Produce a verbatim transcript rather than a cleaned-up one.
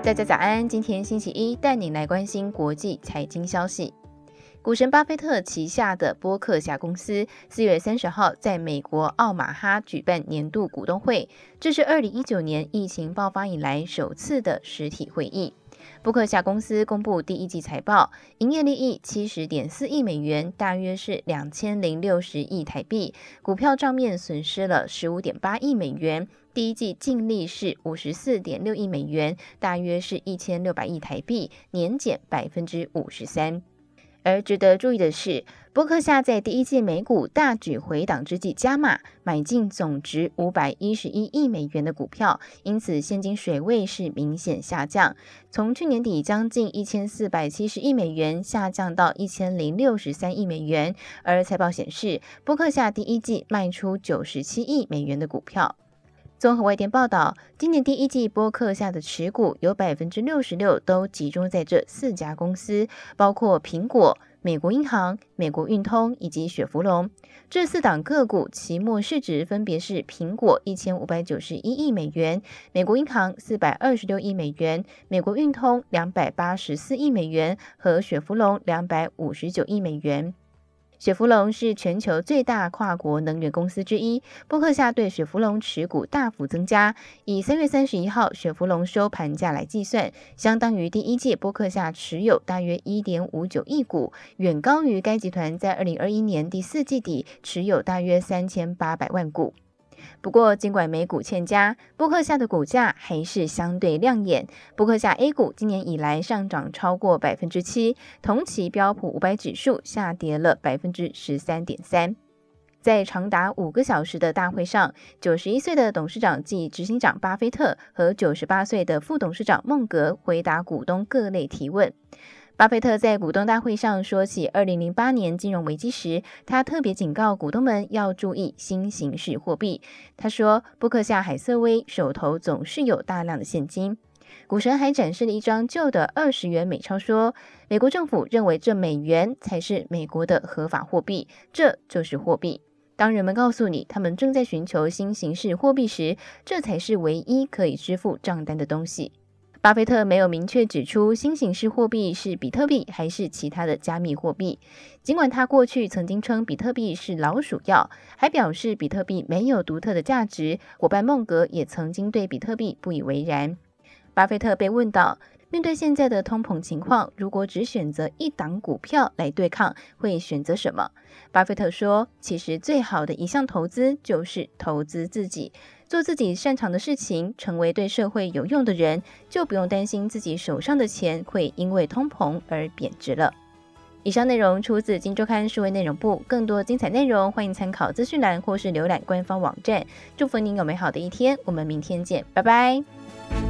大家早安，今天星期一，带你来关心国际财经消息。股神巴菲特旗下的波克夏公司四月三十号在美国奥马哈举办年度股东会，这是二零一九年疫情爆发以来首次的实体会议。波克夏公司公布第一季财报，营业利益 七十点四亿美元，大约是两千零六十亿台币，股票账面损失了 十五点八亿美元，第一季净利是 五十四点六亿美元，大约是一千六百亿台币，年减 百分之五十三。而值得注意的是，波克夏在第一季美股大举回档之际加码，买进总值五百一十一亿美元的股票，因此现金水位是明显下降，从去年底将近一千四百七十亿美元下降到一千零六十三亿美元。而财报显示，波克夏第一季卖出九十七亿美元的股票。综合外电报道，今年第一季波克夏的持股有 百分之六十六 都集中在这四家公司，包括苹果、美国银行、美国运通以及雪佛龙。这四档个股期末市值分别是苹果一千五百九十一亿美元，美国银行四百二十六亿美元，美国运通两百八十四亿美元和雪佛龙两百五十九亿美元。雪佛龙是全球最大跨国能源公司之一，波克夏对雪佛龙持股大幅增加，以三月三十一号雪佛龙收盘价来计算，相当于第一季波克夏持有大约 一点五九亿股，远高于该集团在二零二一年第四季底持有大约三千八百万股。不过，尽管美股欠佳，波克夏的股价还是相对亮眼。波克夏 A 股今年以来上涨超过 百分之七， 同期标普五百指数下跌了 百分之十三点三。在长达五个小时的大会上，九十一岁的董事长暨执行长巴菲特和九十八岁的副董事长孟格回答股东各类提问。巴菲特在股东大会上说起二零零八年金融危机时，他特别警告股东们要注意新形式货币。他说，波克夏海瑟威手头总是有大量的现金。股神还展示了一张旧的二十元美钞，说美国政府认为这美元才是美国的合法货币，这就是货币。当人们告诉你他们正在寻求新形式货币时，这才是唯一可以支付账单的东西。巴菲特没有明确指出新形式货币是比特币还是其他的加密货币，尽管他过去曾经称比特币是老鼠药，还表示比特币没有独特的价值，伙伴孟格也曾经对比特币不以为然。巴菲特被问到，面对现在的通膨情况，如果只选择一档股票来对抗，会选择什么？巴菲特说，其实最好的一项投资就是投资自己，做自己擅长的事情，成为对社会有用的人，就不用担心自己手上的钱会因为通膨而贬值了。以上内容出自今周刊数位内容部，更多精彩内容欢迎参考资讯栏或是浏览官方网站。祝福您有美好的一天，我们明天见，拜拜。